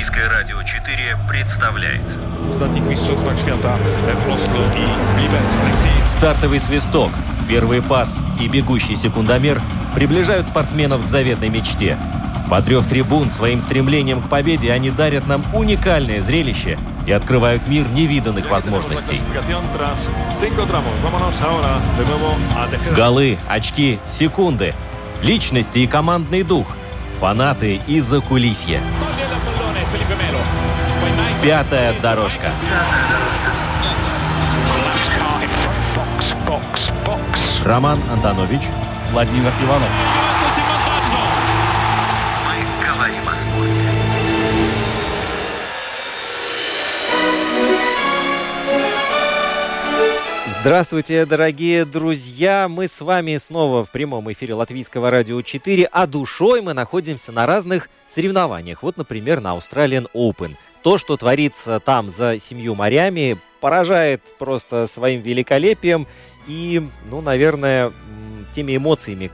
Латвийское радио 4 представляет стартовый свисток, первый пас и бегущий секундомер приближают спортсменов к заветной мечте. Подрев трибун своим стремлением к победе, они дарят нам уникальное зрелище и открывают мир невиданных возможностей. Голы, очки, секунды, личности и командный дух, фанаты и закулисье. Пятая дорожка. Роман Антонович, Владимир Иванов. Мы говорим о спорте. Здравствуйте, дорогие друзья! Мы с вами снова в прямом эфире Латвийского радио 4, а душой мы находимся на разных соревнованиях. Вот, например, на Australian Open. То, что творится там за 7 морями, поражает просто своим великолепием и, наверное, теми эмоциями,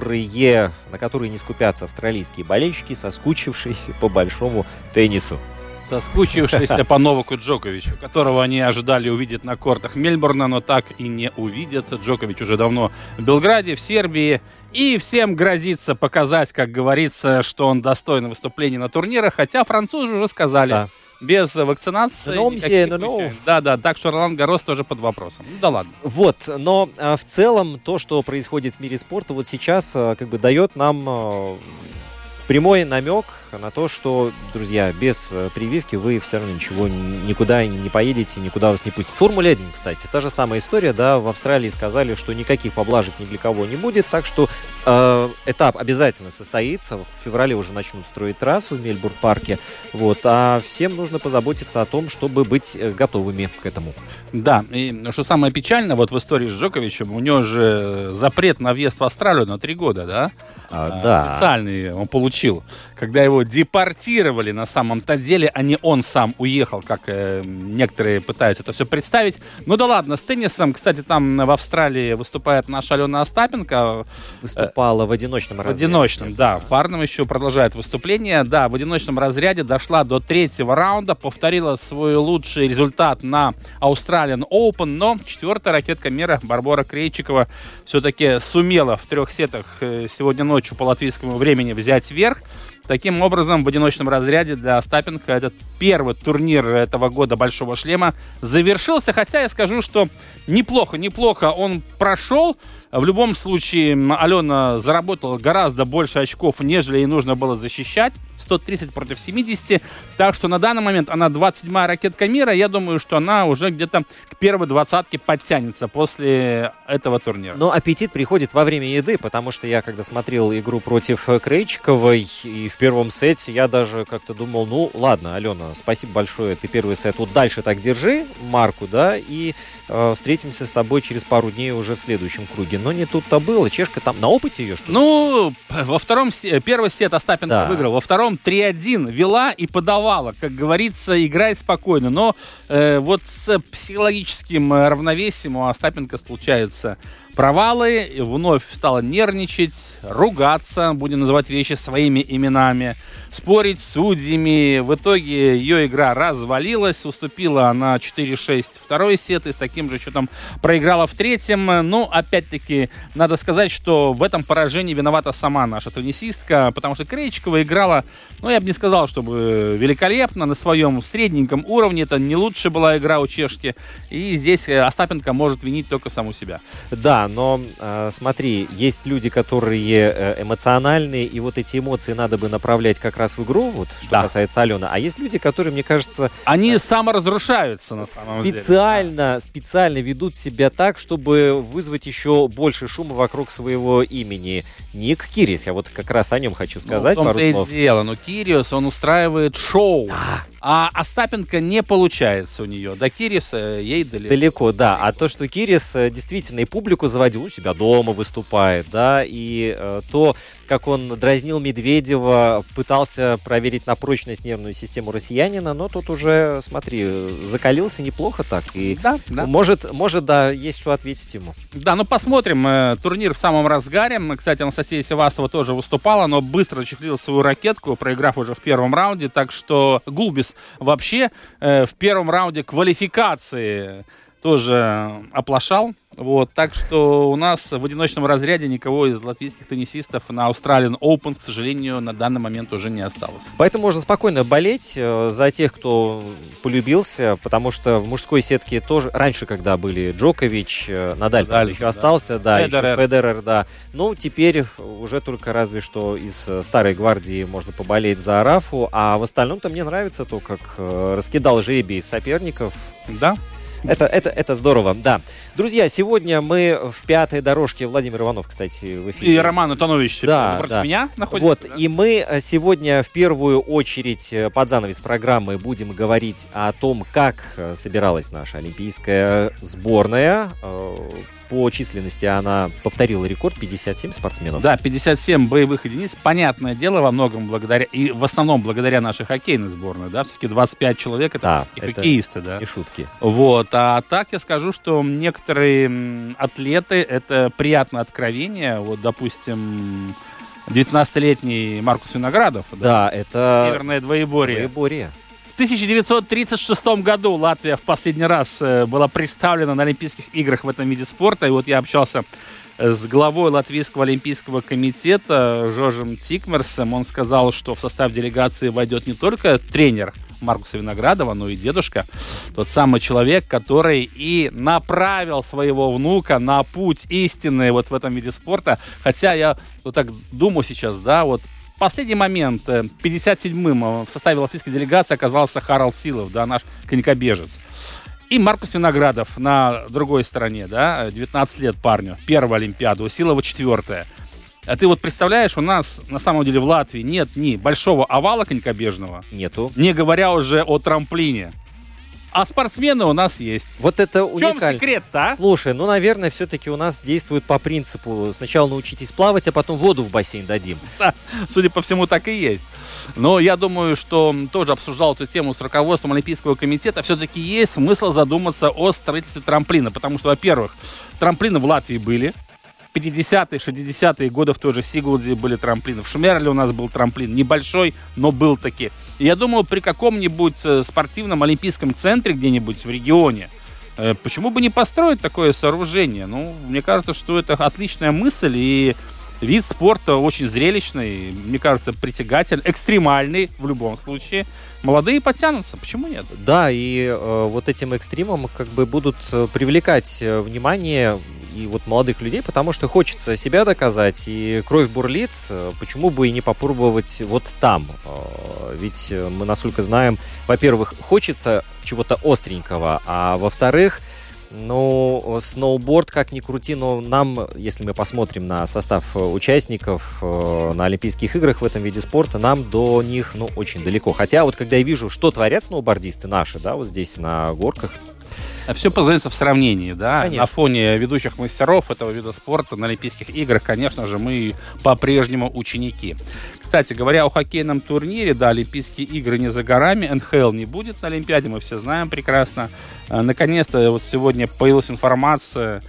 на которые не скупятся австралийские болельщики, соскучившиеся по большому теннису. Соскучившийся по Новаку Джоковичу, которого они ожидали увидеть на кортах Мельбурна, но так и не увидят. Джокович уже давно в Белграде, в Сербии, и всем грозится показать, как говорится, что он достоин выступления на турнирах, хотя французы уже сказали, да, без вакцинации. Да, так что Ролан Гаррос тоже под вопросом. Ну да ладно. Вот, но в целом то, что происходит в мире спорта вот сейчас, дает нам прямой намек на то, что, друзья, без прививки вы все равно никуда не поедете, никуда вас не пустят. Формула 1, кстати, та же самая история, да, в Австралии сказали, что никаких поблажек ни для кого не будет, так что этап обязательно состоится, в феврале уже начнут строить трассу в Мельбурн-парке, а всем нужно позаботиться о том, чтобы быть готовыми к этому. Да, и что самое печальное, в истории с Джоковичем, у него же запрет на въезд в Австралию на 3 года, да? Да. Официальный он получил, когда его депортировали на самом-то деле, а не он сам уехал, как некоторые пытаются это все представить. Ну да ладно, с теннисом, кстати, там в Австралии выступает наша Алена Остапенко. Выступала в одиночном разряде. В одиночном, да. В парном еще продолжает выступление. Да, в одиночном разряде дошла до 3-го раунда, повторила свой лучший результат на Australian Open, но 4-я ракетка мира Барбора Крейчикова все-таки сумела в 3 сетах сегодня ночью по латвийскому времени взять верх. Таким образом, в одиночном разряде для Остапенко этот первый турнир этого года «Большого шлема» завершился. Хотя я скажу, что неплохо он прошел. В любом случае, Алена заработала гораздо больше очков, нежели ей нужно было защищать. 130 против 70. Так что на данный момент она 27-я ракетка мира. Я думаю, что она уже где-то к первой 20-ке подтянется после этого турнира. Но аппетит приходит во время еды, потому что я, когда смотрел игру против Крейчиковой, и в первом сете я даже как-то думал, ладно, Алена, спасибо большое, ты первый сет дальше так держи марку, да, и встретимся с тобой через пару дней уже в следующем круге. Но не тут-то было. Чешка там на опыте ее, что ли? Во втором первый сет Остапенко выиграл, во втором 3-1 вела и подавала. Как говорится, играй спокойно. Но с психологическим равновесием у Остапенко случается провалы, вновь стала нервничать, ругаться, будем называть вещи своими именами, спорить с судьями. В итоге ее игра развалилась, уступила она 4-6 второй сет и с таким же счетом проиграла в 3-м. Но, опять-таки, надо сказать, что в этом поражении виновата сама наша теннисистка, потому что Крейчикова играла, я бы не сказал, чтобы великолепно, на своем средненьком уровне. Это не лучшая была игра у чешки. И здесь Остапенко может винить только саму себя. Да, но смотри, есть люди, которые эмоциональные, и эти эмоции надо бы направлять как раз в игру, что касается Алены. А есть люди, которые, мне кажется... Они саморазрушаются на самом деле. Специально ведут себя так, чтобы вызвать еще больше шума вокруг своего имени. Ник Кирис, я как раз о нем хочу сказать пару слов. В том-то и дело, Кириос, он устраивает шоу. Да. А Остапенко не получается у нее. До Кириса ей далеко. Да. А то, что Кирис действительно и публику заводил, у себя дома выступает, да, и то, как он дразнил Медведева, пытался проверить на прочность нервную систему россиянина, но тут уже, смотри, закалился неплохо так. И да. Может, да, есть что ответить ему. Да, ну посмотрим. Турнир в самом разгаре. Кстати, Анастасия Севасова тоже выступала, но быстро зачехлила свою ракетку, проиграв уже в первом раунде. Так что Гулбис вообще в первом раунде квалификации тоже оплошал. Вот, так что у нас в одиночном разряде никого из латвийских теннисистов на Australian Open, к сожалению, на данный момент уже не осталось. Поэтому можно спокойно болеть за тех, кто полюбился, потому что в мужской сетке тоже раньше, когда были Джокович, Надаль еще остался, да, Федерер, да. Ну, теперь уже только разве что из старой гвардии можно поболеть за Рафу, а в остальном-то мне нравится то, как раскидал жребий соперников. Да. Это здорово, да. Друзья, сегодня мы в пятой дорожке. Владимир Иванов, кстати, в эфире. И Роман Антонович против меня находится. Вот, да? И мы сегодня в первую очередь под занавес программы будем говорить о том, как собиралась наша олимпийская сборная. По численности она повторила рекорд, 57 спортсменов. Да, 57 боевых единиц. Понятное дело, во многом благодаря, и в основном благодаря нашей хоккейной сборной, да, все-таки 25 человек, это хоккеисты, да. И шутки. Вот, а так я скажу, что некоторые атлеты, это приятное откровение, вот, допустим, 19-летний Маркус Виноградов. Да, это северное двоеборье. В 1936 году Латвия в последний раз была представлена на Олимпийских играх в этом виде спорта. И вот я общался с главой Латвийского олимпийского комитета Жожем Тикмерсом. Он сказал, что в состав делегации войдет не только тренер Маркуса Виноградова, но и дедушка. Тот самый человек, который и направил своего внука на путь истины вот в этом виде спорта. Хотя я вот так думаю сейчас, да, вот последний момент, 57-м в составе латвийской делегации оказался Харалд Силов, да, наш конькобежец. И Маркус Виноградов на другой стороне, да, 19 лет парню, первая Олимпиада, у Силова 4-я. А ты вот представляешь, у нас на самом деле в Латвии нет ни большого овала конькобежного, нету, не говоря уже о трамплине. А спортсмены у нас есть. Вот это уникально. В чем секрет-то, а? Слушай, ну, наверное, все-таки у нас действует по принципу: сначала научитесь плавать, а потом воду в бассейн дадим. Да, судя по всему, так и есть. Но я думаю, что тоже обсуждал эту тему с руководством Олимпийского комитета. Все-таки есть смысл задуматься о строительстве трамплина. Потому что, во-первых, трамплины в Латвии были. 50-е, 60-е годы в той же Сигулде были трамплины. В Шумерле у нас был трамплин. Небольшой, но был таки. И я думаю, при каком-нибудь спортивном олимпийском центре где-нибудь в регионе, почему бы не построить такое сооружение? Ну, мне кажется, что это отличная мысль, и вид спорта очень зрелищный, мне кажется, притягательный, экстремальный в любом случае. Молодые подтянутся, почему нет? Да, и вот этим экстримом как бы будут привлекать внимание и вот молодых людей, потому что хочется себя доказать, и кровь бурлит, почему бы и не попробовать вот там? Ведь мы, насколько знаем, во-первых, хочется чего-то остренького, а во-вторых, ну, сноуборд, как ни крути, но нам, если мы посмотрим на состав участников на Олимпийских играх в этом виде спорта, нам до них, ну, очень далеко. Хотя вот когда я вижу, что творят сноубордисты наши, да, вот здесь на горках. Все познается в сравнении, да. Конечно. На фоне ведущих мастеров этого вида спорта на Олимпийских играх, конечно же, мы по-прежнему ученики. Кстати, говоря о хоккейном турнире, да, Олимпийские игры не за горами, НХЛ не будет на Олимпиаде, мы все знаем прекрасно. Наконец-то вот сегодня появилась информация,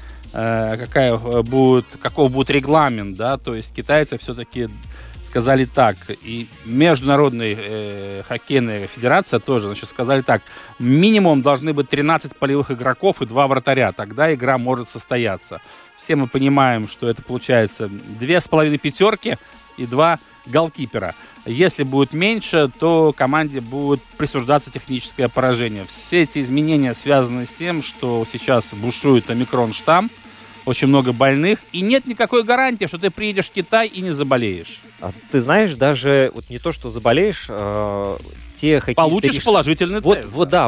каков будет регламент, да, то есть китайцы все-таки сказали так, и Международная хоккейная федерация тоже, значит, сказали так: минимум должны быть 13 полевых игроков и 2 вратаря, тогда игра может состояться. Все мы понимаем, что это получается 2,5 пятерки и 2 голкипера. Если будет меньше, то команде будет присуждаться техническое поражение. Все эти изменения связаны с тем, что сейчас бушует омикрон-штамм, очень много больных, и нет никакой гарантии, что ты приедешь в Китай и не заболеешь. А ты знаешь, даже вот не то, что заболеешь, те хоккеисты... Получишь положительный тест.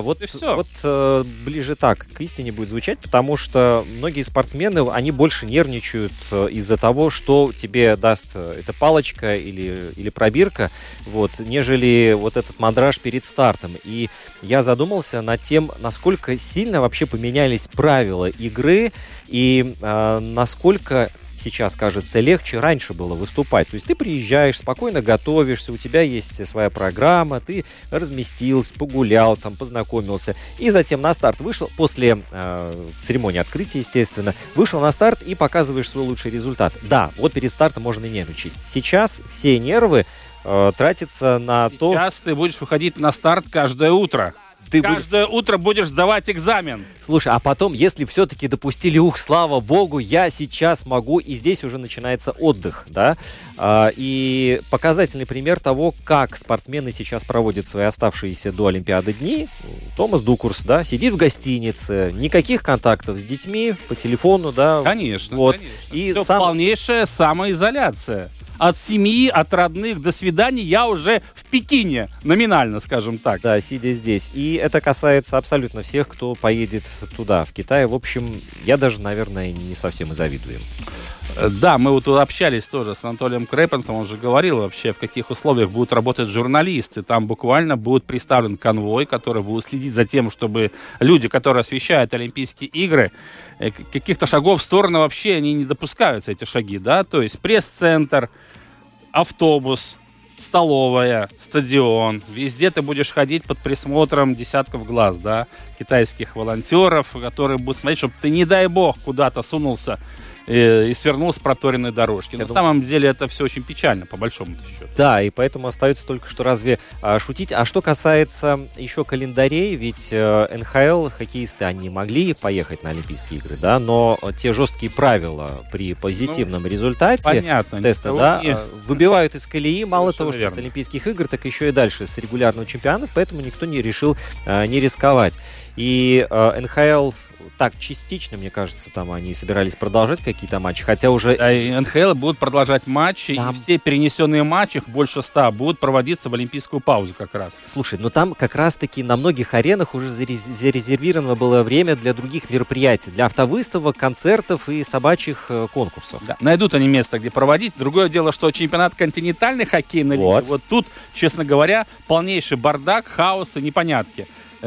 Вот ближе так к истине будет звучать, потому что многие спортсмены, они больше нервничают из-за того, что тебе даст эта палочка или пробирка, вот, нежели вот этот мандраж перед стартом. И я задумался над тем, насколько сильно вообще поменялись правила игры и насколько сейчас кажется легче раньше было выступать. То есть ты приезжаешь, спокойно готовишься, у тебя есть своя программа, ты разместился, погулял, там, познакомился. И затем на старт вышел, после церемонии открытия, естественно, вышел на старт и показываешь свой лучший результат. Да, вот перед стартом можно нервничать. Сейчас все нервы тратятся на то... Сейчас ты будешь выходить на старт каждое утро. Каждое утро будешь сдавать экзамен. Слушай, а потом, если все-таки допустили, слава богу, я сейчас могу, и здесь уже начинается отдых, да, и показательный пример того, как спортсмены сейчас проводят свои оставшиеся до Олимпиады дни. Томас Дукурс, да, сидит в гостинице, никаких контактов с детьми, по телефону, да. Конечно, вот. конечно. И полнейшая самоизоляция. От семьи, от родных, до свидания, я уже в Пекине, номинально, скажем так. Да, сидя здесь. И это касается абсолютно всех, кто поедет туда, в Китай. В общем, я даже, наверное, не совсем и завидую. Да, мы вот общались тоже с Анатолием Крепенцем, он же говорил вообще, в каких условиях будут работать журналисты. Там буквально будет представлен конвой, который будет следить за тем, чтобы люди, которые освещают Олимпийские игры, каких-то шагов в сторону вообще они не допускаются, эти шаги, да, то есть пресс-центр, автобус, столовая, стадион, везде ты будешь ходить под присмотром десятков глаз, да, китайских волонтеров, которые будут смотреть, чтобы ты, не дай бог, куда-то сунулся и свернул с проторенной дорожки. На самом деле это все очень печально, по большому счету. Да, и поэтому остается только что разве шутить. А что касается еще календарей, ведь НХЛ, хоккеисты, они могли поехать на Олимпийские игры, да, но те жесткие правила при позитивном результате теста, да, выбивают из колеи, мало того, что с Олимпийских игр, так еще и дальше с регулярного чемпионата, поэтому никто не решил не рисковать. И НХЛ так частично, мне кажется, там они собирались продолжать какие-то матчи, хотя уже... Да, и НХЛ будут продолжать матчи, там... и все перенесенные матчи, больше 100, будут проводиться в олимпийскую паузу как раз. Слушай, ну там как раз-таки на многих аренах уже зарезервировано было время для других мероприятий, для автовыставок, концертов и собачьих конкурсов. Да, найдут они место, где проводить. Другое дело, что чемпионат континентальной хоккейной лиги, вот тут, честно говоря, полнейший бардак, хаос и непонятки.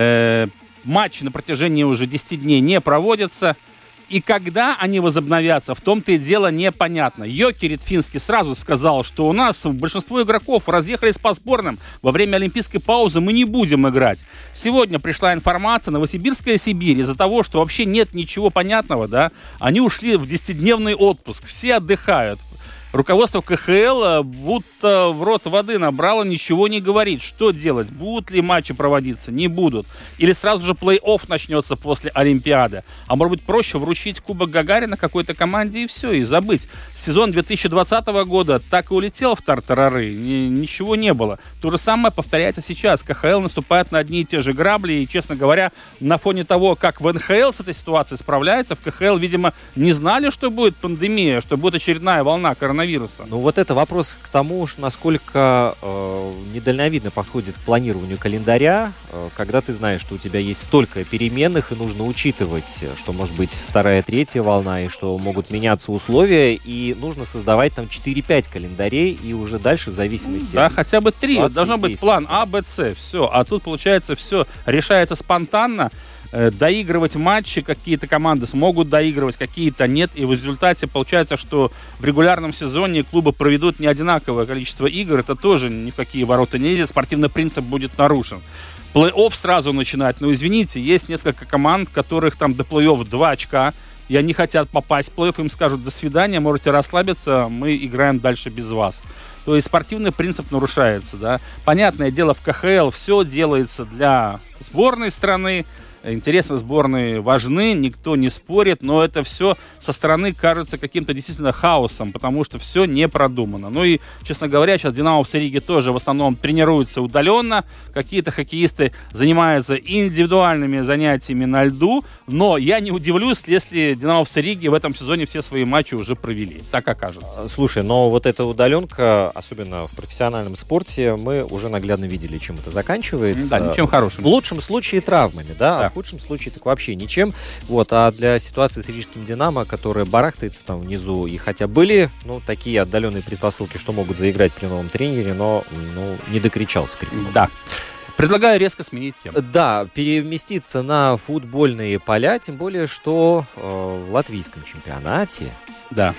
Матчи на протяжении уже 10 дней не проводятся. И когда они возобновятся, в том-то и дело непонятно. Йокерит финский сразу сказал, что у нас большинство игроков разъехались по сборным. Во время олимпийской паузы мы не будем играть. Сегодня пришла информация, Новосибирская Сибирь, из-за того, что вообще нет ничего понятного, да, они ушли в 10-дневный отпуск. Все отдыхают. Руководство КХЛ будто в рот воды набрало, ничего не говорит. Что делать? Будут ли матчи проводиться? Не будут. Или сразу же плей-офф начнется после Олимпиады? А может быть, проще вручить Кубок Гагарина какой-то команде и все, и забыть. Сезон 2020 года так и улетел в тартарары. Ничего не было. То же самое повторяется сейчас. КХЛ наступает на одни и те же грабли. И, честно говоря, на фоне того, как в НХЛ с этой ситуацией справляется, в КХЛ, видимо, не знали, что будет пандемия, что будет очередная волна коронавируса. Ну вот это вопрос к тому, насколько недальновидно подходит к планированию календаря, когда ты знаешь, что у тебя есть столько переменных, и нужно учитывать, что может быть вторая, третья волна, и что могут меняться условия, и нужно создавать там 4-5 календарей, и уже дальше в зависимости... Да, хотя бы 3. Должно быть план А, Б, С. Все. А тут, получается, все решается спонтанно. Доигрывать матчи какие-то команды смогут доигрывать, какие-то нет. И в результате получается, что в регулярном сезоне клубы проведут не одинаковое количество игр. Это тоже ни в какие ворота не лезет. Спортивный принцип будет нарушен. Плей-офф сразу начинать. Но извините, есть несколько команд, которых там до плей-офф 2 очка. И они хотят попасть в плей-офф. Им скажут: до свидания, можете расслабиться, мы играем дальше без вас. То есть спортивный принцип нарушается. Да? Понятное дело, в КХЛ все делается для сборной страны. Интересы сборной важны, никто не спорит, но это все со стороны кажется каким-то действительно хаосом, потому что все не продумано. Ну и, честно говоря, сейчас динамовцы Риги тоже в основном тренируются удаленно, какие-то хоккеисты занимаются индивидуальными занятиями на льду, но я не удивлюсь, если динамовцы Риги в этом сезоне все свои матчи уже провели, так окажется. Слушай, но вот эта удаленка, особенно в профессиональном спорте, мы уже наглядно видели, чем это заканчивается. Да, ничем хорошим. В лучшем случае травмами, да. В худшем случае так вообще ничем. Вот. А для ситуации с рижским «Динамо», которая барахтается там внизу, и хотя были такие отдаленные предпосылки, что могут заиграть при новом тренере, но не докричался Крикунов. Да. Предлагаю резко сменить тему. Да, переместиться на футбольные поля, тем более, что в латвийском чемпионате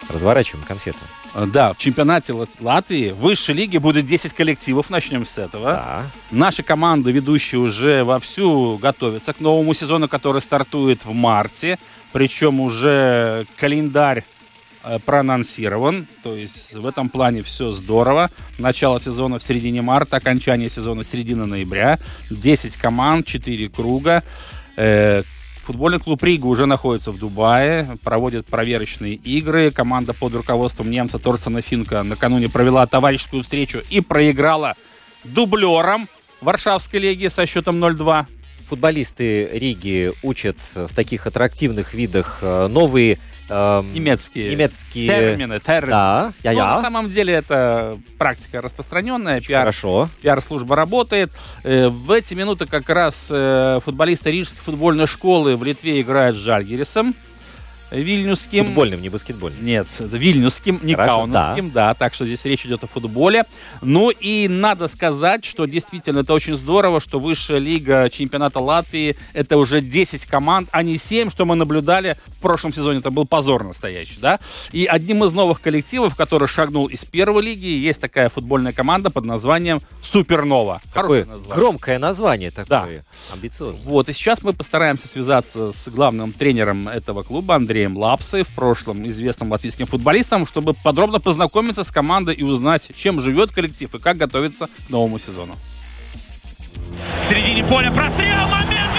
разворачиваем конфету. Да, в чемпионате Латвии в высшей лиге будет 10 коллективов, начнем с этого. Да. Наши команды, ведущие, уже вовсю готовятся к новому сезону, который стартует в марте. Причем уже календарь проанонсирован, то есть в этом плане все здорово. Начало сезона в середине марта, окончание сезона середина ноября. 10 команд, 4 круга. Футбольный клуб Рига уже находится в Дубае, проводит проверочные игры. Команда под руководством немца Торстена Финка накануне провела товарищескую встречу и проиграла дублером Варшавской лиги со счетом 0-2. Футболисты Риги учат в таких аттрактивных видах новые немецкие термины. Да, Но на самом деле это практика распространенная. Хорошо. Пиар-служба работает. В эти минуты как раз футболисты Рижской футбольной школы в Литве играют с Жальгирисом вильнюсским. Футбольным, не баскетбольным. Нет, вильнюсским, не каунасским, да, так что здесь речь идет о футболе. Ну и надо сказать, что действительно это очень здорово, что высшая лига чемпионата Латвии это уже 10 команд, а не 7, что мы наблюдали в прошлом сезоне. Это был позор настоящий, да. И одним из новых коллективов, который шагнул из первой лиги, есть такая футбольная команда под названием Супернова. Какое громкое название такое, да. Амбициозное. Вот, и сейчас мы постараемся связаться с главным тренером этого клуба Андреем Лапсой, в прошлом известным латвийским футболистом, чтобы подробно познакомиться с командой и узнать, чем живет коллектив и как готовится к новому сезону. В середине поля прострел, момент!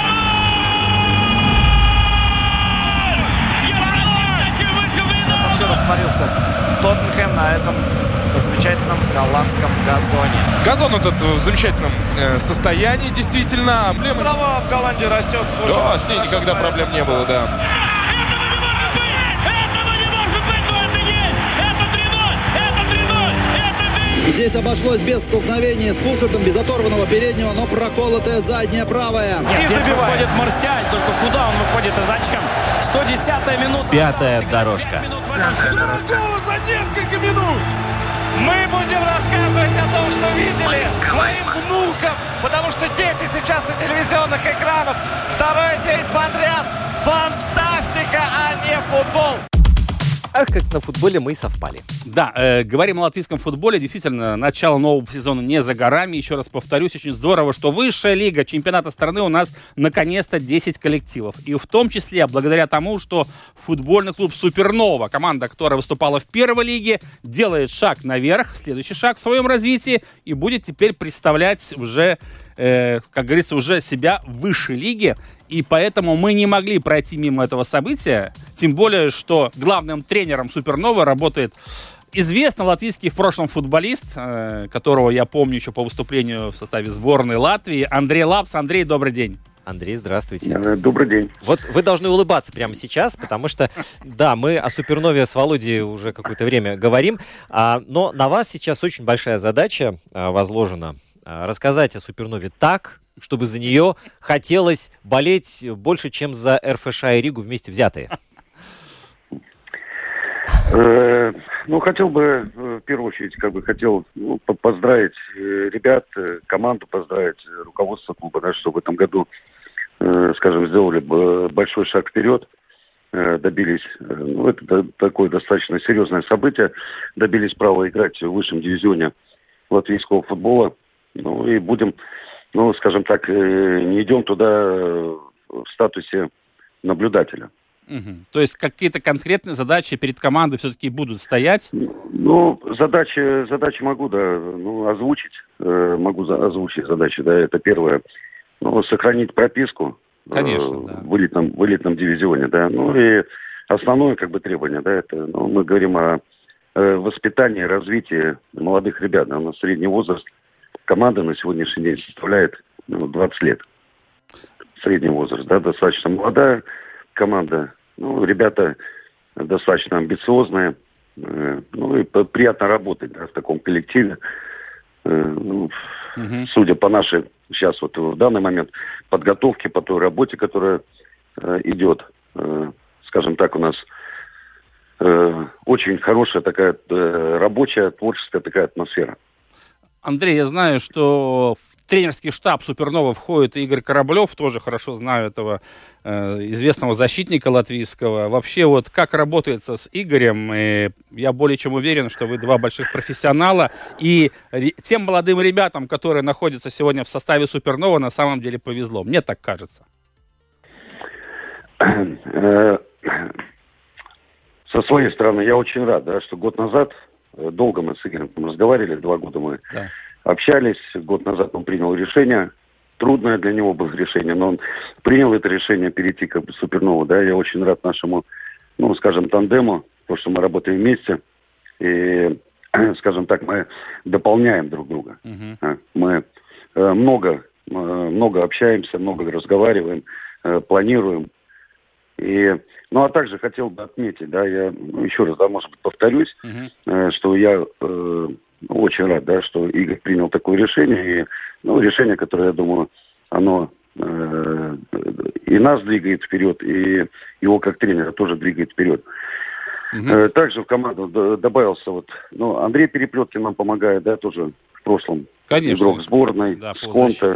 Вообще растворился Тоттенхэм на этом замечательном голландском газоне. Газон этот в замечательном состоянии, действительно. Трава в Голландии растет. Да, с ней никогда проблем не было, да. Здесь обошлось без столкновения с Кулхардом, без оторванного переднего, но проколотая задняя правая. Нет, здесь выходит Марсиаль, только куда он выходит и зачем? 110-я минута. Пятая дорожка. Гола за несколько минут! Мы будем рассказывать о том, что видели своим внукам, потому что дети сейчас у телевизионных экранов. Второй день подряд. Фантастика, а не футбол. Ах, как на футболе мы и совпали. Да, говорим о латвийском футболе. Действительно, начало нового сезона не за горами. Еще раз повторюсь, очень здорово, что высшая лига чемпионата страны у нас наконец-то 10 коллективов. И в том числе благодаря тому, что футбольный клуб Супернова, команда, которая выступала в первой лиге, делает шаг наверх, следующий шаг в своем развитии и будет теперь представлять уже, как говорится, уже себя в высшей лиге. И поэтому мы не могли пройти мимо этого события. Тем более, что главным тренером Супернова работает известный латвийский в прошлом футболист, которого я помню еще по выступлению в составе сборной Латвии, Андрей Лапс. Андрей, добрый день. Андрей, здравствуйте. Добрый день. Вот вы должны улыбаться прямо сейчас, потому что, да, мы о Супернове с Володей уже какое-то время говорим, но на вас сейчас очень большая задача возложена рассказать о Супернове так, чтобы за нее хотелось болеть больше, чем за РФШ и Ригу вместе взятые. Хотел бы, в первую очередь, хотел поздравить ребят, команду поздравить, руководство клуба, да, что в этом году, скажем, сделали большой шаг вперед, добились, это такое достаточно серьезное событие, добились права играть в высшем дивизионе латвийского футбола, и будем, скажем так, не идем туда в статусе наблюдателя. Угу. То есть какие-то конкретные задачи перед командой все-таки будут стоять? Задачи могу, озвучить. Могу озвучить задачи, да, это первое. Сохранить прописку. Конечно, да. В элитном дивизионе, да. И основное, требование, да, это, мы говорим о воспитании, развитии молодых ребят. Да, на средний возраст команды на сегодняшний день составляет 20 лет. Средний возраст, да, достаточно молодая команда. Ребята достаточно амбициозные. И приятно работать, да, в таком коллективе. Судя по нашей сейчас в данный момент подготовке, по той работе, которая идет, скажем так, у нас очень хорошая такая рабочая, творческая такая атмосфера. Андрей, я знаю, что в тренерский штаб Супернова входит Игорь Кораблев, тоже хорошо знаю этого известного защитника латвийского. Вообще, вот как работается с Игорем, я более чем уверен, что вы два больших профессионала, и тем молодым ребятам, которые находятся сегодня в составе Супернова, на самом деле повезло. Мне так кажется. Со своей стороны, я очень рад, да, что год назад, долго мы с Игорем разговаривали, 2 года мы общались, год назад он принял решение, трудное для него было решение, но он принял это решение перейти к Супернову, да, я очень рад нашему, ну, скажем, тандему, потому что мы работаем вместе, и, скажем так, мы дополняем друг друга. Мы много общаемся, много разговариваем, планируем. Ну, а также хотел бы отметить, да, я еще раз, да, может быть, повторюсь, что я очень рад, да, что Игорь принял такое решение, и, ну, решение, которое, я думаю, оно и нас двигает вперед, и его как тренера тоже двигает вперед. Также в команду добавился вот, ну, Андрей Переплеткин нам помогает, да, тоже в прошлом. Конечно. Игрок сборной, да, с Конта.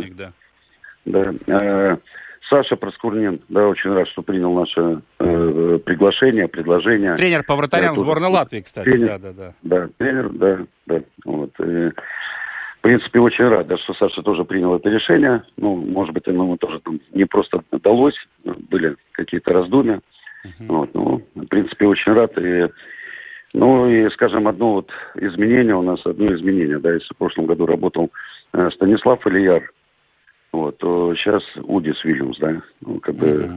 Да. Саша Проскурнин, да, очень рад, что принял наше предложение. Тренер по вратарям сборной Латвии, кстати. Тренер, да. Да, тренер, да. Вот. В принципе, очень рад, да, что Саша тоже принял это решение. Ну, может быть, ему тоже там не просто удалось, были какие-то раздумья. Вот, ну, в принципе, очень рад. Ну, и, скажем, одно изменение, да, если в прошлом году работал Станислав Ильяр, вот, то сейчас Удис Вильямс, да, ну, как бы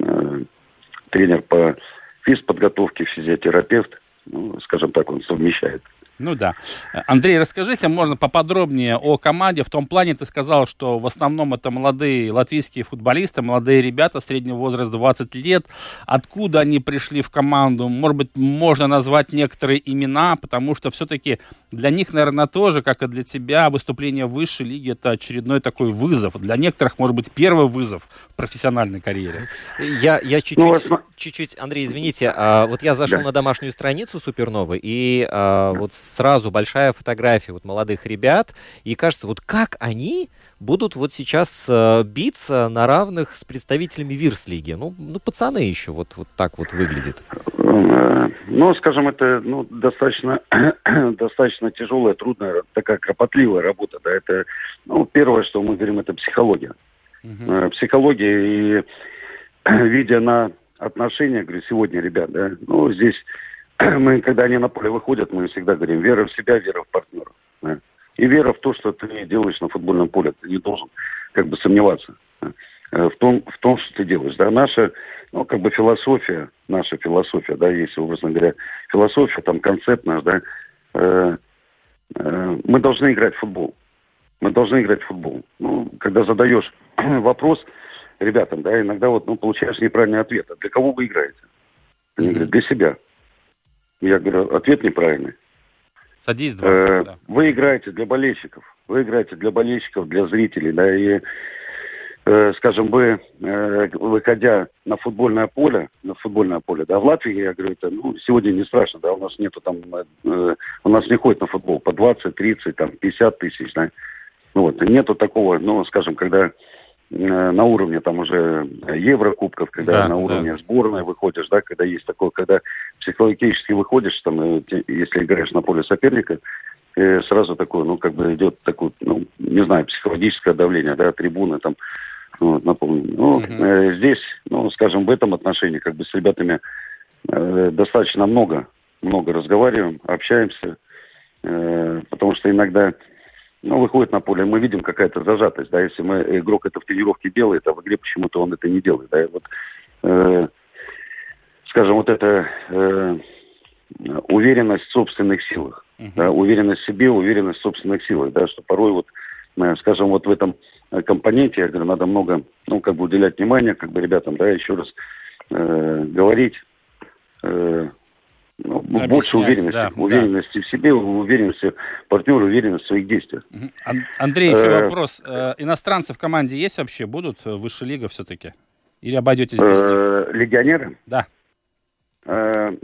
тренер по физподготовке, физиотерапевт, ну, скажем так, он совмещает. Ну да. Андрей, расскажите, можно поподробнее о команде. В том плане, ты сказал, что в основном это молодые латвийские футболисты, молодые ребята, средний возраст 20 лет. Откуда они пришли в команду? Может быть, можно назвать некоторые имена, потому что все-таки для них, наверное, тоже, как и для тебя, выступление в высшей лиге — это очередной такой вызов. Для некоторых, может быть, первый вызов в профессиональной карьере. Я чуть-чуть, Андрей, извините, вот я зашел на домашнюю страницу Суперновы, и вот сразу большая фотография вот молодых ребят, и кажется, вот как они будут вот сейчас биться на равных с представителями Вирслиги. Ну, пацаны еще вот так вот выглядит. Ну, скажем, это достаточно тяжелая, трудная, такая кропотливая работа. Да. Это, первое, что мы говорим, это психология. Психология, и видя на отношения, говорю, сегодня, ребят, да, здесь мы, когда они на поле выходят, мы всегда говорим: вера в себя, вера в партнера. Да. И вера в то, что ты делаешь на футбольном поле. Ты не должен как бы сомневаться в том, что ты делаешь. Да. Наша философия, да, если, образно говоря, философия, там, концепт наш, да, мы должны играть в футбол. Когда задаешь вопрос ребятам, да, иногда получаешь неправильный ответ. А для кого вы играете? Они говорят: для себя. Я говорю: ответ неправильный. Садись, два. Да. Вы играете для болельщиков. Для зрителей, да, и, скажем, вы, выходя на футбольное поле, да, в Латвии, я говорю, это, сегодня не страшно, да, у нас нету там, у нас не ходит на футбол по 20, 30, там, 50 тысяч, да, нету такого, скажем, когда на уровне там уже Еврокубков, когда на уровне сборной выходишь, да, когда есть такое, когда психологически выходишь, там, если играешь на поле соперника, сразу такое, идет такое, не знаю, психологическое давление, да, трибуны там, напомню. Здесь, скажем, в этом отношении, как бы, с ребятами достаточно много разговариваем, общаемся, потому что иногда выходит на поле, мы видим какая-то зажатость, да, если игрок это в тренировке делает, а в игре почему-то он это не делает, да, и скажем, эта уверенность в собственных силах, да, уверенность в себе, уверенность в собственных силах, да, что порой скажем, в этом компоненте, я говорю, надо много, уделять внимание, ребятам, да, еще раз говорить, больше уверенности в себе, уверенности в партнере, уверенности в своих действиях. Андрей, еще вопрос. Иностранцы в команде есть вообще? Будут? Высшая лига все-таки? Или обойдетесь без них? Легионеры? Да.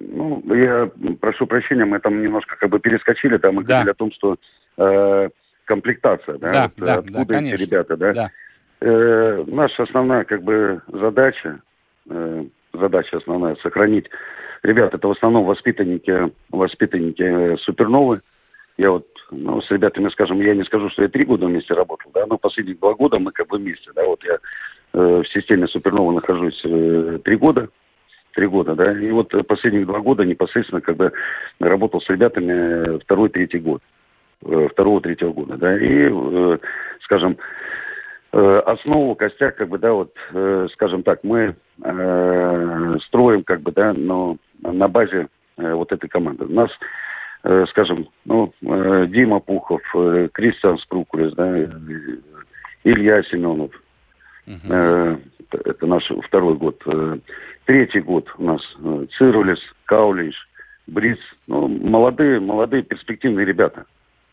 Я прошу прощения, мы там немножко перескочили, там мы говорили о том, что комплектация, да, откуда эти ребята, да. Наша основная, как бы, задача основная — сохранить. Ребята, это в основном воспитанники Суперновы. Я вот, с ребятами, скажем, я не скажу, что я 3 года вместе работал, да, но последние 2 года мы как бы вместе, да, вот я в системе Суперновы нахожусь 3 года, да, и вот последние 2 года непосредственно как бы работал с ребятами 2-3 года, да, и, скажем, основу, костяк, как бы, да, вот, скажем так, мы строим, как бы, да, но на базе вот этой команды. У нас, скажем, Дима Пухов, Кристиан Скрукулес, да, Илья Семенов. Это наш 2-й год. 3-й год у нас Цирулис, Каулиш, Бриц. Молодые перспективные ребята.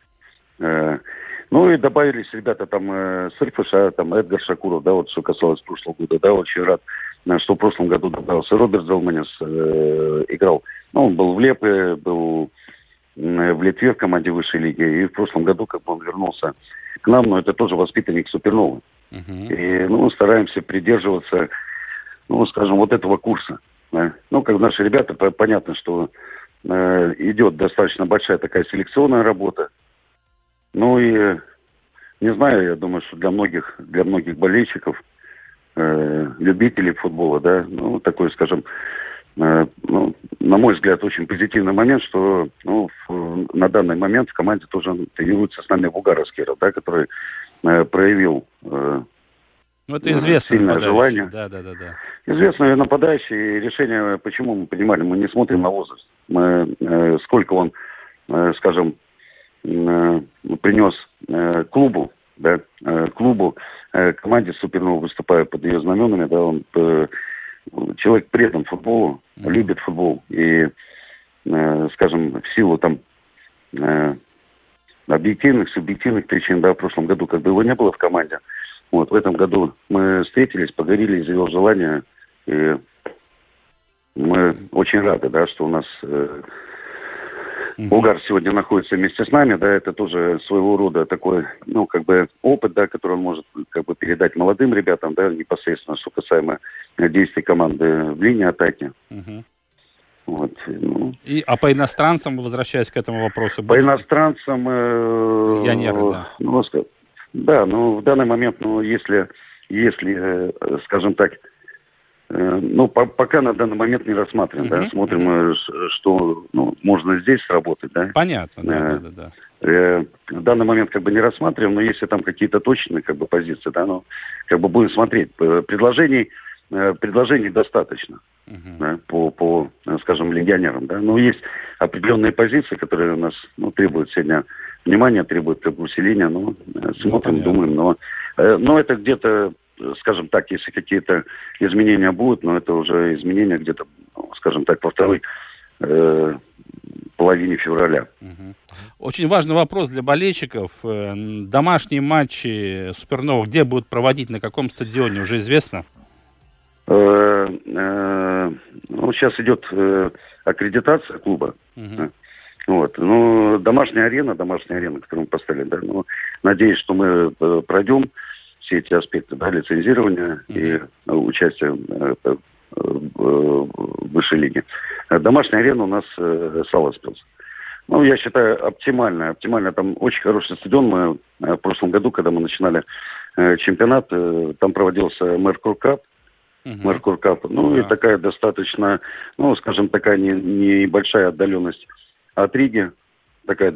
И добавились ребята там с РФШ, там Эдгар Шакуров, да, вот что касалось прошлого года, да, очень рад, что в прошлом году добавился Роберт Залманис, играл. Он был в Лепе, был в Литве в команде высшей лиги, и в прошлом году как бы он вернулся к нам, но это тоже воспитанник Суперновы. И, стараемся придерживаться, скажем, вот этого курса. Да. Как наши ребята, понятно, что идет достаточно большая такая селекционная работа. И, не знаю, я думаю, что для многих болельщиков, любителей футбола, да, такой, скажем, на мой взгляд, очень позитивный момент, что на данный момент в команде тоже тренируется с нами Бугар Аскеров, да, который проявил это известный сильное желание. Да. Известный нападающий. И решение, почему мы принимали, мы не смотрим на возраст. Мы, сколько он, скажем, принес клубу, да, команде Супернову, выступая под ее знаменами, да, он человек предан футболу, любит футбол. И, скажем, в силу там объективных, субъективных причин, да, в прошлом году как бы его не было в команде. Вот, в этом году мы встретились, поговорили, изъявил желание, и мы очень рады, да, что у нас Бугар сегодня находится вместе с нами, да, это тоже своего рода такой, как бы опыт, да, который он может как бы передать молодым ребятам, да, непосредственно, что касаемо действий команды в линии атаки. Вот, А по иностранцам, возвращаясь к этому вопросу? По иностранцам... Легионеры, да. Да, в данный момент, если, скажем так, пока на данный момент не рассматриваем, да, смотрим, что можно здесь сработать, да. Понятно, да. В данный момент как бы не рассматриваем, но если там какие-то точные как бы позиции, да, как бы будем смотреть. Предложений достаточно, да, по, скажем, легионерам, да. Но есть определенные позиции, которые у нас, требуют сегодня внимания, требуют как бы усиления, смотрим, думаем, но это где-то, скажем так, если какие-то изменения будут, но это уже изменения где-то, скажем так, во второй половине февраля. Очень важный вопрос для болельщиков. Домашние матчи Супернова где будут проводить, на каком стадионе, уже известно? Сейчас идет аккредитация клуба. Вот. Домашняя арена, которую мы поставили, да, надеюсь, что мы пройдем все эти аспекты, да, лицензирования и участия в высшей лиге. Домашняя арена у нас Саласпилс. Я считаю, оптимально. Там очень хороший стадион. Мы в прошлом году, когда мы начинали чемпионат, там проводился Merkur Cup. И такая достаточно, скажем, такая небольшая отдаленность от Риги, такая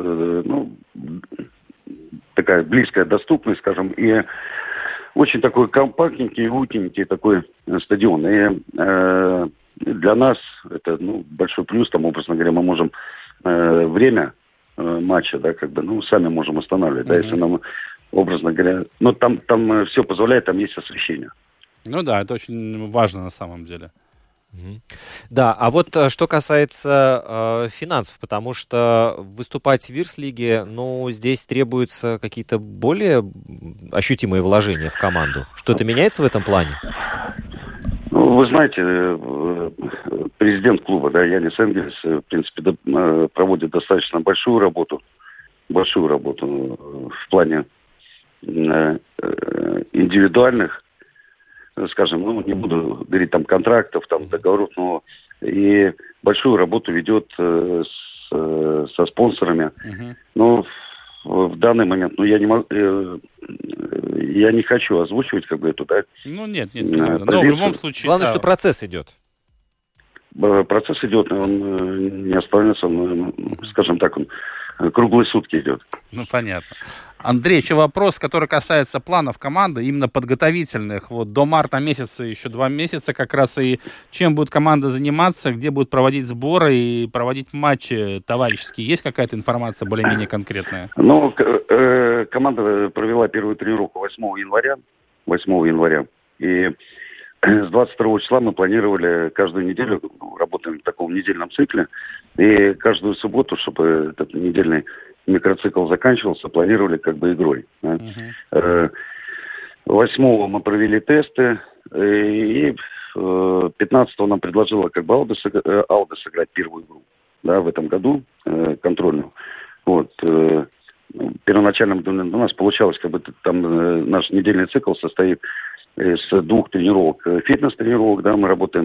такая близкая доступность, скажем, и очень такой компактненький, уютненький такой стадион. И для нас это большой плюс, там, образно говоря, мы можем время матча, да, как бы, сами можем останавливать, да, если нам, образно говоря, там все позволяет, там есть освещение. Это очень важно на самом деле. Да, а вот что касается финансов, потому что выступать в Вирс-лиге, здесь требуются какие-то более ощутимые вложения в команду. Что-то меняется в этом плане? Вы знаете, президент клуба, да, Янис Энгельс, в принципе, проводит достаточно большую работу большую работу в плане индивидуальных, скажем, ну, не буду говорить там контрактов, там договоров, но и большую работу ведет со спонсорами. Но в данный момент, ну, я не могу, я не хочу озвучивать как бы эту, да. Ну, нет, не надо. Но в любом случае... Главное, что процесс идет. Процесс идет, он не остановится, он, скажем так, он круглые сутки идет. Ну, понятно. Андрей, еще вопрос, который касается планов команды, именно подготовительных. Вот до марта месяца, еще 2 месяца как раз, и чем будет команда заниматься, где будут проводить сборы и проводить матчи товарищеские? Есть какая-то информация более-менее конкретная? Ну, команда провела первую тренировку 8 января. И с 22 числа мы планировали каждую неделю, работаем в таком недельном цикле, и каждую субботу, чтобы этот недельный микроцикл заканчивался, планировали как бы игрой. Да. 8-го мы провели тесты, и 15-го нам предложила как бы Алда сыграть первую игру, да, в этом году, контрольную. Вот. Первоначально у нас получалось, как бы там наш недельный цикл состоит из 2 тренировок, фитнес-тренировок, да, мы работаем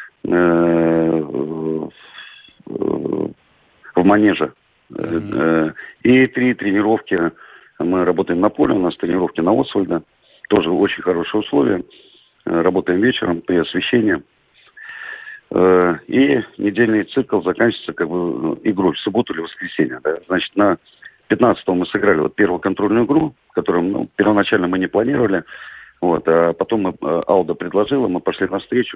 в манеже. И 3 тренировки мы работаем на поле, у нас тренировки на Освальда, тоже очень хорошие условия. Работаем вечером при освещении. И недельный цикл заканчивается как бы игрой в субботу или воскресенье. Да. Значит, на 15-го мы сыграли вот первую контрольную игру, которую первоначально мы не планировали. Вот, а потом Алда предложила, мы пошли навстречу.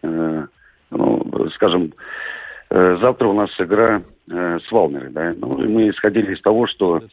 Скажем, завтра у нас игра с Валмерой, да. Ну, и мы исходили из того, что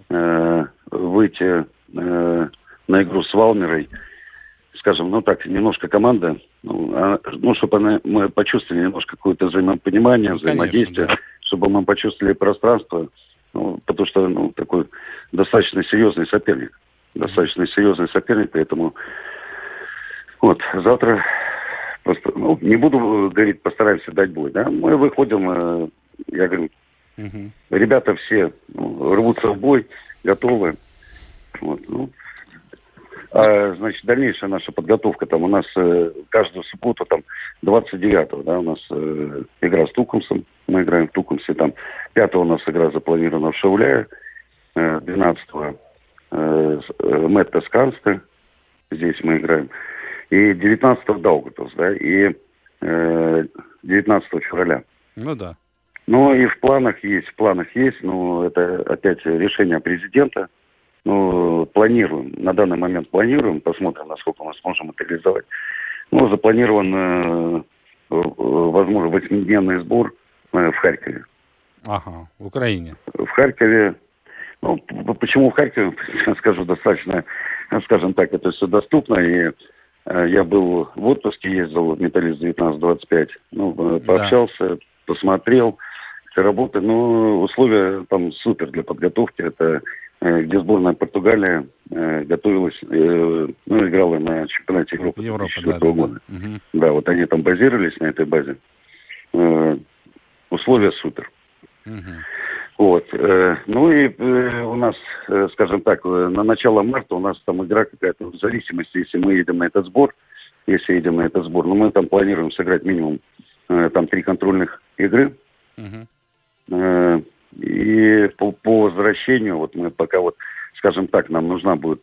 выйти на игру с Валмерой, скажем, ну так, немножко команда, чтобы мы почувствовали немножко какое-то взаимопонимание, взаимодействие, конечно, да. Чтобы мы почувствовали пространство, потому что такой достаточно серьезный соперник. Поэтому вот, завтра просто, не буду говорить, постараемся дать бой, да, мы выходим, я говорю, ребята все рвутся в бой, готовы, вот, значит, дальнейшая наша подготовка, там у нас каждую субботу, там, 29-го, да, у нас игра с Тукумсом, мы играем в Тукумсе, там, 5-го у нас игра запланирована в Шауляе, 12-го Мэтта Сканста, здесь мы играем, и 19-го Даугавпилс, да, и 19 февраля. Ну да. Ну и в планах есть, но это опять решение президента. Планируем, на данный момент планируем, посмотрим, насколько мы сможем это реализовать. Запланирован, возможно, 8-дневный сбор в Харькове. Ага, в Украине. В Харькове. Почему в Харькове, скажу, достаточно, скажем так, это все доступно. И я был в отпуске, ездил в Металлист 1925, пообщался, посмотрел работы. Условия там супер для подготовки. Это где сборная Португалия готовилась, играла на чемпионате Европы 2004 года. Угу. Да, вот они там базировались на этой базе. Условия супер. Угу. Вот. У нас, скажем так, на начало марта у нас там игра какая-то, в зависимости, если мы едем на этот сбор, но мы там планируем сыграть минимум там 3 контрольных игры. Uh-huh. И по возвращению, вот мы пока скажем так, нам нужна будет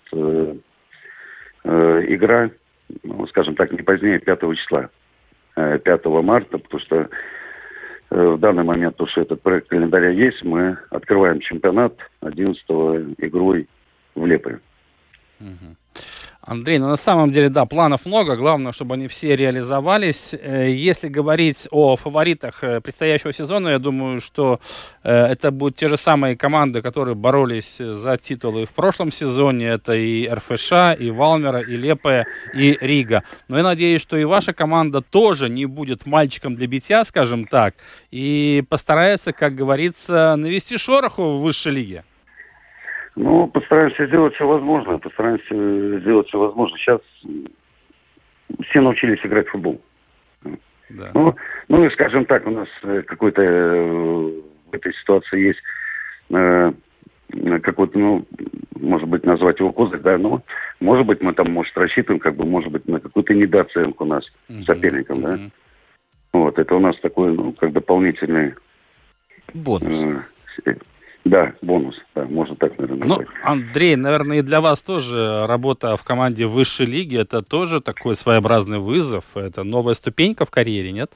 игра, скажем так, не позднее 5 числа, 5 марта, потому что в данный момент, то, что этот проект календаря есть, мы открываем чемпионат 11-го игрой в Лепове. Uh-huh. Андрей, на самом деле, да, планов много, главное, чтобы они все реализовались. Если говорить о фаворитах предстоящего сезона, я думаю, что это будут те же самые команды, которые боролись за титулы в прошлом сезоне. Это и РФШ, и Валмера, и Лепе, и Рига. Но я надеюсь, что и ваша команда тоже не будет мальчиком для битья, скажем так, и постарается, как говорится, навести шороху в высшей лиге. Постараемся сделать все возможное. Сейчас все научились играть в футбол. Да. И скажем так, у нас какой-то в этой ситуации есть какой-то, ну, может быть, назвать его козырь, да, но, может быть, мы там, может, рассчитываем, как бы, может быть, на какую-то недооценку нас соперникам, да. Вот, это у нас такой, ну, как дополнительный... Бонус. Да, бонус, да, можно так, наверное, назвать. Ну, Андрей, наверное, и для вас тоже работа в команде высшей лиги, это тоже такой своеобразный вызов, это новая ступенька в карьере, нет?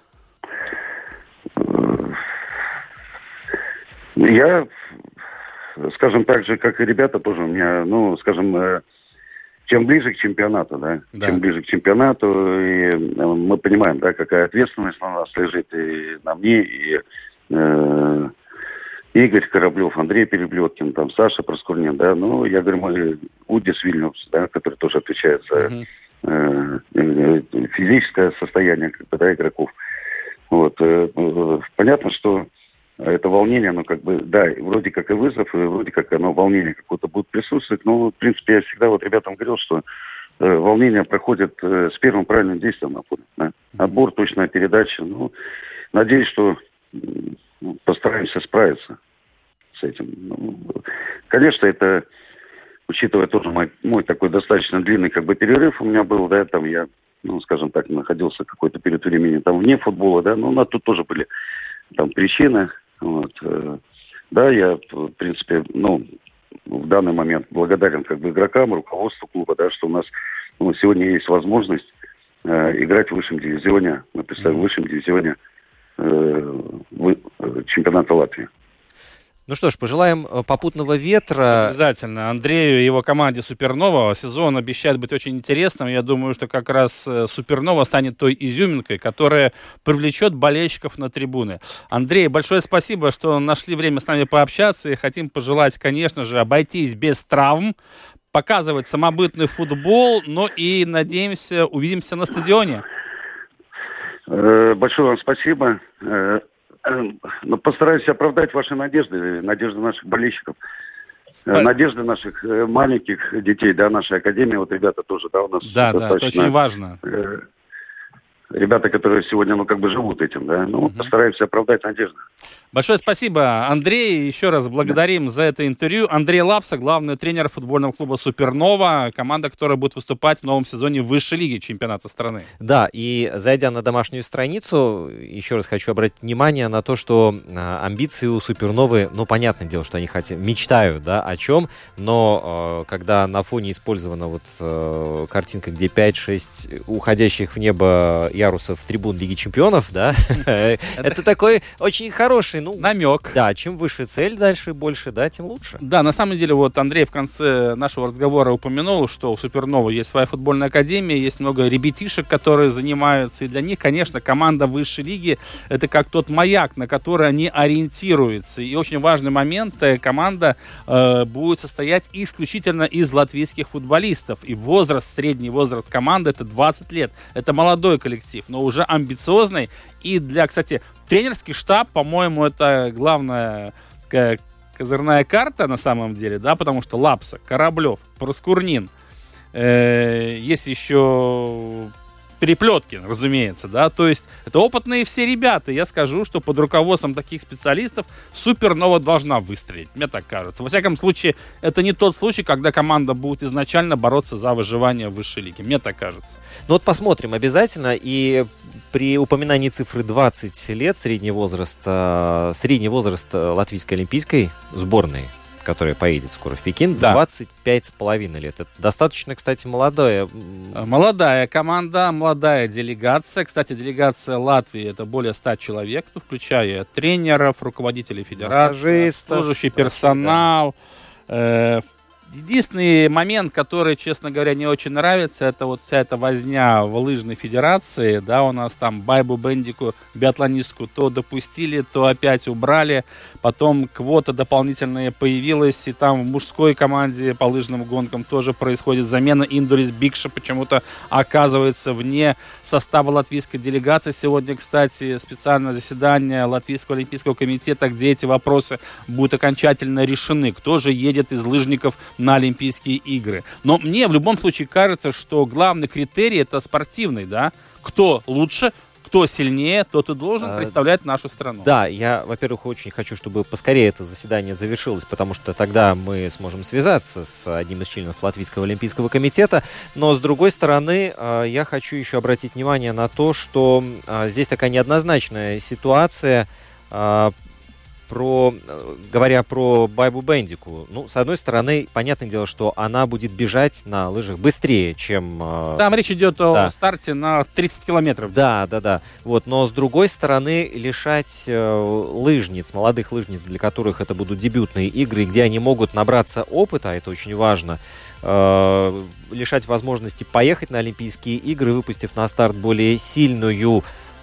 Я, скажем, так же, как и ребята тоже, у меня, ну, скажем, чем ближе к чемпионату, да, чем ближе к чемпионату, и мы понимаем, да, какая ответственность на нас лежит, и на мне, и Игорь Кораблев, Андрей Переплеткин, там, Саша Проскурнин, да, ну, я говорю, мы Удис Вильнюс, да, который тоже отвечает за физическое состояние, как бы, да, игроков. Вот, понятно, что это волнение, оно как бы, да, вроде как и вызов, и вроде как оно, волнение какое-то будет присутствовать, но, в принципе, я всегда вот ребятам говорил, что волнение проходит с первым правильным действием на поле, да. Отбор, точная передача, ну, надеюсь, что постараемся справиться с этим. Ну, конечно, это, учитывая тоже мой такой достаточно длинный как бы перерыв у меня был, да, там я, ну, скажем так, находился какой-то период времени там вне футбола, да, но тут тоже были там причины, вот, да, я, в принципе, ну, в данный момент благодарен как бы игрокам, руководству клуба, да, что у нас сегодня есть возможность играть в высшем дивизионе, мы представим, в высшем дивизионе чемпионата Латвии. Ну что ж, пожелаем попутного ветра. Обязательно. Андрею и его команде Супернова сезон обещает быть очень интересным. Я думаю, что как раз Супернова станет той изюминкой, которая привлечет болельщиков на трибуны. Андрей, большое спасибо, что нашли время с нами пообщаться. И хотим пожелать, конечно же, обойтись без травм, показывать самобытный футбол, но и, надеемся, увидимся на стадионе. Большое вам спасибо. Но постараюсь оправдать ваши надежды, надежды наших болельщиков, надежды наших маленьких детей, да, нашей академии, вот ребята тоже, да, у нас. Да, это очень важно. Ребята, которые сегодня, ну, как бы живут этим, да, ну, постараемся оправдать надежды. Большое спасибо, Андрей, еще раз благодарим за это интервью. Андрей Лапса, главный тренер футбольного клуба «Супернова», команда, которая будет выступать в новом сезоне высшей лиги чемпионата страны. Да, и зайдя на домашнюю страницу, еще раз хочу обратить внимание на то, что амбиции у «Суперновы», ну, понятное дело, что они мечтают, да, о чем, но когда на фоне использована вот картинка, где 5-6 уходящих в небо ярусов трибун Лиги Чемпионов, да, это такой очень хороший, ну, намек. Да, чем выше цель, дальше больше, да, тем лучше. Да, на самом деле, вот Андрей в конце нашего разговора упомянул, что у Супернова есть своя футбольная академия, есть много ребятишек, которые занимаются, и для них, конечно, команда высшей лиги — это как тот маяк, на который они ориентируются. И очень важный момент, команда будет состоять исключительно из латвийских футболистов. И средний возраст команды — это 20 лет. Это молодой коллектив, но уже амбициозный. И кстати, тренерский штаб, по-моему, это главная козырная карта на самом деле, да, потому что Лапса, Кораблев, Проскурнин, есть еще Переплеткин, разумеется, да, то есть это опытные все ребята. Я скажу, что под руководством таких специалистов Супернова должна выстрелить, мне так кажется. Во всяком случае, это не тот случай, когда команда будет изначально бороться за выживание в высшей лиге, мне так кажется. Ну вот посмотрим обязательно, и при упоминании цифры 20 лет средний возраст латвийской олимпийской сборной, которая поедет скоро в Пекин, да. 25,5 лет. Это достаточно, кстати, молодая команда, молодая делегация. Кстати, делегация Латвии — это более 100 человек, включая тренеров, руководителей федерации, служащий персонал. Единственный момент, который, честно говоря, не очень нравится, это вот вся эта возня в лыжной федерации, да, у нас там Байбу Бендику, биатлонистку, то допустили, то опять убрали, потом квота дополнительная появилась, и там в мужской команде по лыжным гонкам тоже происходит замена. Индурис Бикша почему-то оказывается вне состава латвийской делегации. Сегодня, кстати, специальное заседание Латвийского олимпийского комитета, где эти вопросы будут окончательно решены, кто же едет из лыжников на Олимпийские игры. Но мне в любом случае кажется, что главный критерий — это спортивный, да? Кто лучше, кто сильнее, тот и должен представлять нашу страну. Да, я, во-первых, очень хочу, чтобы поскорее это заседание завершилось, потому что тогда мы сможем связаться с одним из членов Латвийского олимпийского комитета. Но, с другой стороны, я хочу еще обратить внимание на то, что здесь такая неоднозначная ситуация, говоря про Байбу Бендику. Ну, с одной стороны, понятное дело, что она будет бежать на лыжах быстрее, чем... Там речь идет о старте на 30 километров. Да. Вот. Но, с другой стороны, лишать лыжниц, молодых лыжниц, для которых это будут дебютные игры, где они могут набраться опыта, это очень важно, лишать возможности поехать на Олимпийские игры, выпустив на старт более сильную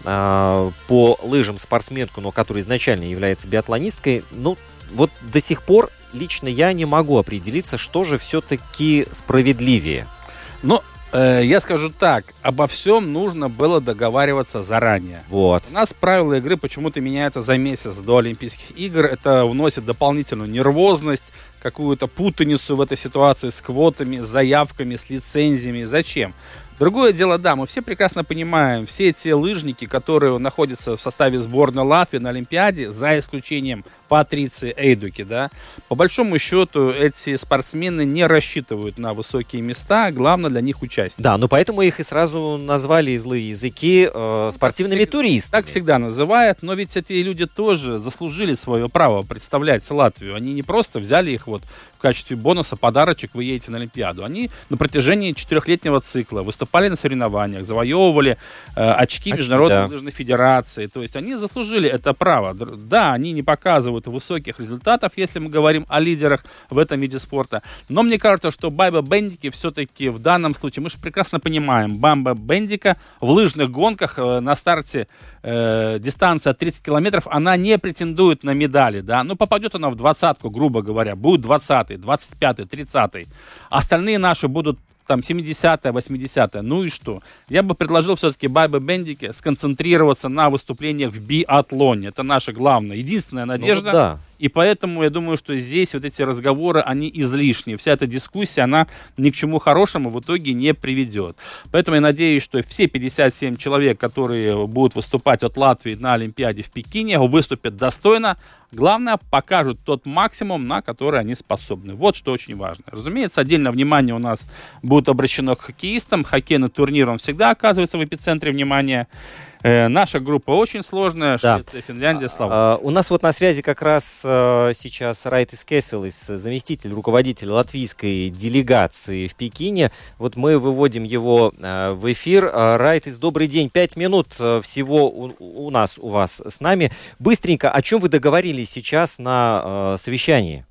по лыжам спортсменку, но которая изначально является биатлонисткой, ну, вот до сих пор лично я не могу определиться, что же все-таки справедливее. Ну, я скажу так, обо всем нужно было договариваться заранее. Вот. У нас правила игры почему-то меняются за месяц до Олимпийских игр. Это вносит дополнительную нервозность, какую-то путаницу в этой ситуации с квотами, с заявками, с лицензиями. Зачем? Другое дело, да, мы все прекрасно понимаем, все те лыжники, которые находятся в составе сборной Латвии на Олимпиаде, за исключением Патриции Эйдуки, да, по большому счету эти спортсмены не рассчитывают на высокие места, главное для них участие. Да, но поэтому их и сразу назвали злые языки спортивными туристами. Так всегда называют, но ведь эти люди тоже заслужили свое право представлять Латвию. Они не просто взяли их вот в качестве бонуса, подарочек, вы едете на Олимпиаду. Они на протяжении 4-летнего цикла выступали на соревнованиях, завоевывали очки Международной лыжной федерации. То есть они заслужили это право. Да, они не показывают высоких результатов, если мы говорим о лидерах в этом виде спорта. Но мне кажется, что Байба Бендики все-таки в данном случае, мы же прекрасно понимаем, Байба Бендика в лыжных гонках на старте дистанция 30 километров, она не претендует на медали, да, ну попадет она в 20-ку, грубо говоря, будет 20-й, 25-й, 30-й. Остальные наши будут там 70-е, 80-е. Ну и что? Я бы предложил все-таки Байбе Бендике сконцентрироваться на выступлениях в биатлоне. Это наша главная, единственная надежда. Ну, да. И поэтому я думаю, что здесь вот эти разговоры, они излишни. Вся эта дискуссия, она ни к чему хорошему в итоге не приведет. Поэтому я надеюсь, что все 57 человек, которые будут выступать от Латвии на Олимпиаде в Пекине, выступят достойно. Главное, покажут тот максимум, на который они способны. Вот что очень важно. Разумеется, отдельное внимание у нас будет обращено к хоккеистам. Хоккейный турнир, он всегда оказывается в эпицентре внимания. Наша группа очень сложная. Да. Швеция, Финляндия, Словакия. У нас вот на связи как раз сейчас Райтис Кесселис, заместитель руководителя латвийской делегации в Пекине. Вот мы выводим его в эфир. Райтис, добрый день. 5 минут всего у вас с нами. Быстренько, о чем вы договорились сейчас на совещании?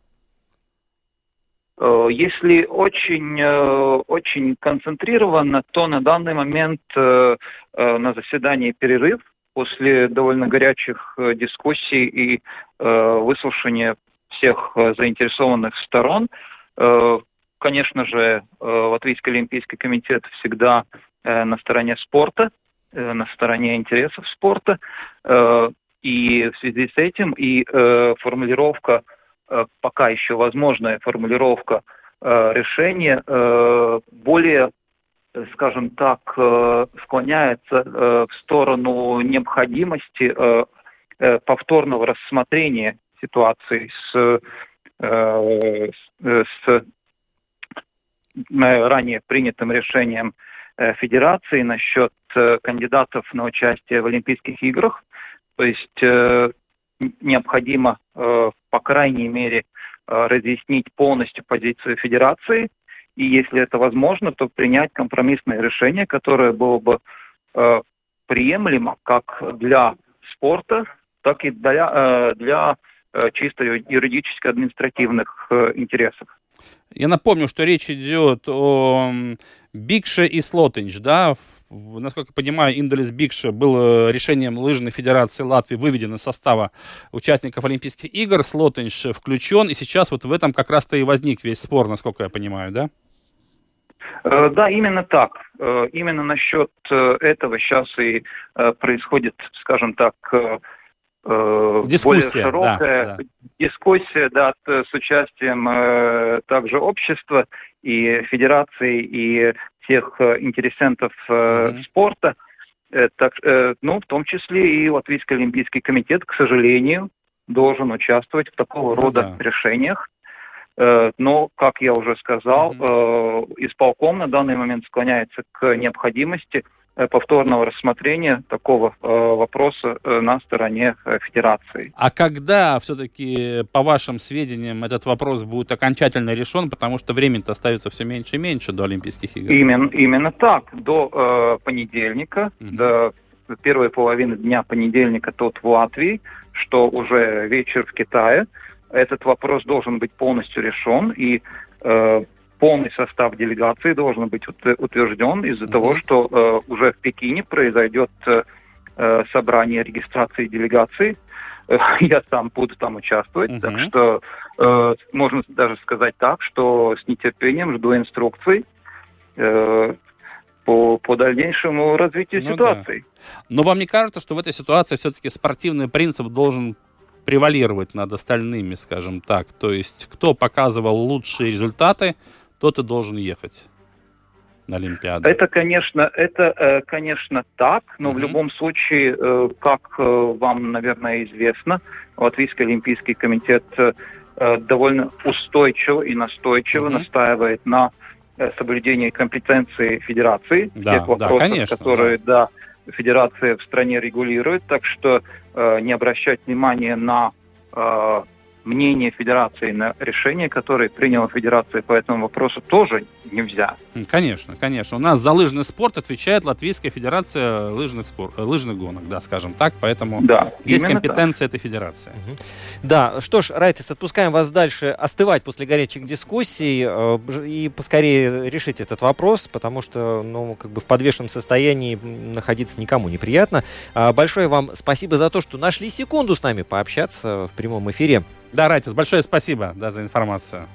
Если очень концентрированно, то на данный момент на заседании перерыв после довольно горячих дискуссий и выслушания всех заинтересованных сторон. Конечно же, Латвийский олимпийский комитет всегда на стороне спорта, на стороне интересов спорта. И в связи с этим и формулировка, пока еще возможная формулировка решения более, скажем так, склоняется в сторону необходимости повторного рассмотрения ситуации с ранее принятым решением Федерации насчет кандидатов на участие в Олимпийских играх. То есть необходимо, по крайней мере, разъяснить полностью позицию Федерации, и если это возможно, то принять компромиссное решение, которое было бы приемлемо как для спорта, так и для чисто юридически-административных интересов. Я напомню, что речь идет о Бикше и Слотинч, да. Насколько я понимаю, Индолис Бикше был решением Лыжной Федерации Латвии выведен из состава участников Олимпийских игр. Слотинч включен, и сейчас вот в этом как раз-то и возник весь спор, насколько я понимаю, да? Да, именно так. Именно насчет этого сейчас и происходит, скажем так, дискуссия, более широкая дискуссия, да, с участием также общества и федерации, и всех интересентов спорта. в том числе и Латвийский олимпийский комитет, к сожалению, должен участвовать в такого рода решениях. Но, как я уже сказал, исполком на данный момент склоняется к необходимости повторного рассмотрения такого вопроса на стороне федерации. А когда все-таки, по вашим сведениям, этот вопрос будет окончательно решен, потому что времени-то остается все меньше и меньше до Олимпийских игр? Именно так. До понедельника, до первой половины дня понедельника тут в Латвии, что уже вечер в Китае, этот вопрос должен быть полностью решен, и полный состав делегации должен быть утвержден из-за того, что уже в Пекине произойдет собрание регистрации делегаций. Я сам буду там участвовать, так что можно даже сказать так, что с нетерпением жду инструкций по дальнейшему развитию ситуации. Да. Но вам не кажется, что в этой ситуации все-таки спортивный принцип должен превалировать над остальными, скажем так? То есть, кто показывал лучшие результаты, тот и должен ехать на Олимпиаду. Это, конечно, так, но в любом случае, как вам, наверное, известно, Латвийский олимпийский комитет довольно устойчиво и настойчиво настаивает на соблюдении компетенции федерации, тех вопросов, которые федерация в стране регулирует, так что не обращать внимания на мнение федерации, на решение, которое приняла федерация по этому вопросу, тоже нельзя. Конечно, конечно. У нас за лыжный спорт отвечает Латвийская федерация лыжных гонок, да, скажем так, поэтому здесь компетенция этой федерации. Да, что ж, Райтис, отпускаем вас дальше остывать после горячих дискуссий и поскорее решить этот вопрос, потому что, в подвешенном состоянии находиться никому неприятно. Большое вам спасибо за то, что нашли секунду с нами пообщаться в прямом эфире. Да, Райтис, большое спасибо за информацию.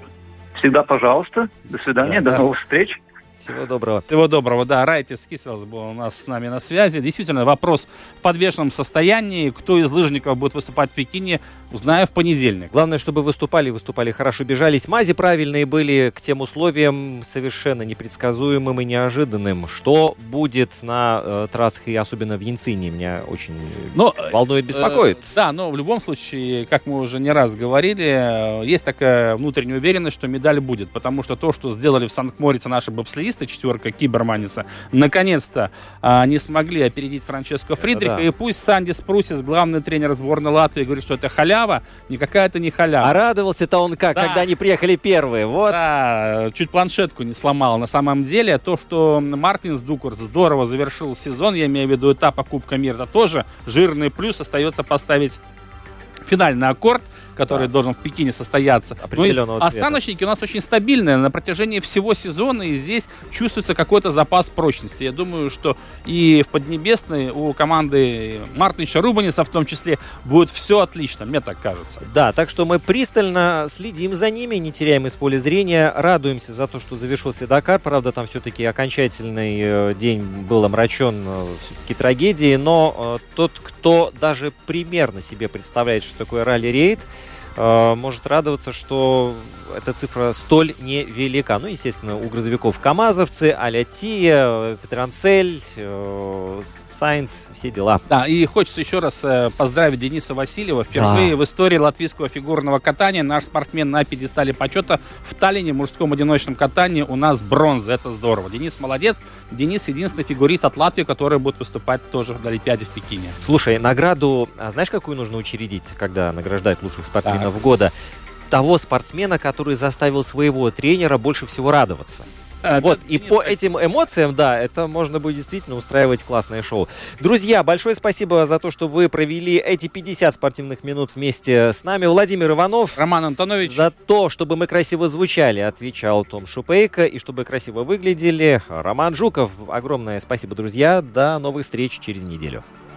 Всегда пожалуйста. До свидания, до новых встреч. Всего доброго. Всего доброго, да. Райтис Киселс был у нас с нами на связи. Действительно, вопрос в подвешенном состоянии. Кто из лыжников будет выступать в Пекине, узнаем в понедельник. Главное, чтобы выступали хорошо, бежались. Мази правильные были к тем условиям совершенно непредсказуемым и неожиданным. Что будет на трассах и особенно в Янцине, меня очень волнует, беспокоит. Да, но в любом случае, как мы уже не раз говорили, есть такая внутренняя уверенность, что медаль будет. Потому что то, что сделали в Санкт-Морице наши бобслеисты, четверка Киберманиса, наконец-то не смогли опередить Франческо Фридриха. И пусть Санди Спрусис, главный тренер сборной Латвии, говорит, что это халява, никакая это не халява. А радовался-то он когда они приехали первые. Вот. Да, чуть планшетку не сломал. На самом деле, то, что Мартинс Дукурс здорово завершил сезон, я имею в виду этапа Кубка мира, тоже жирный плюс, остается поставить финальный аккорд, который должен в Пекине состояться. А саночники у нас очень стабильные на протяжении всего сезона, и здесь чувствуется какой-то запас прочности. Я думаю, что и в Поднебесной у команды Мартинша Рубаниса в том числе будет все отлично, мне так кажется. Да, так что мы пристально следим за ними, не теряем из поля зрения, радуемся за то, что завершился Дакар. Правда, там все-таки окончательный день был омрачен все-таки трагедией, но тот, кто даже примерно себе представляет, что такое ралли-рейд, может радоваться, что эта цифра столь невелика. Естественно, у грузовиков камазовцы, а-ля Тия, Петранцель, Сайнс, все дела. Да, и хочется еще раз поздравить Дениса Васильева. Впервые в истории латвийского фигурного катания наш спортсмен на пьедестале почета в Таллине в мужском одиночном катании у нас бронза. Это здорово. Денис молодец. Денис единственный фигурист от Латвии, который будет выступать тоже в Олимпиаде в Пекине. Слушай, награду, знаешь, какую нужно учредить, когда награждают лучших спортсменов года? Того спортсмена, который заставил своего тренера больше всего радоваться. И по этим эмоциям, это можно будет действительно устраивать классное шоу. Друзья, большое спасибо за то, что вы провели эти 50 спортивных минут вместе с нами. Владимир Иванов. Роман Антонович. За то, чтобы мы красиво звучали, отвечал Том Шупейко. И чтобы красиво выглядели, Роман Жуков. Огромное спасибо, друзья. До новых встреч через неделю.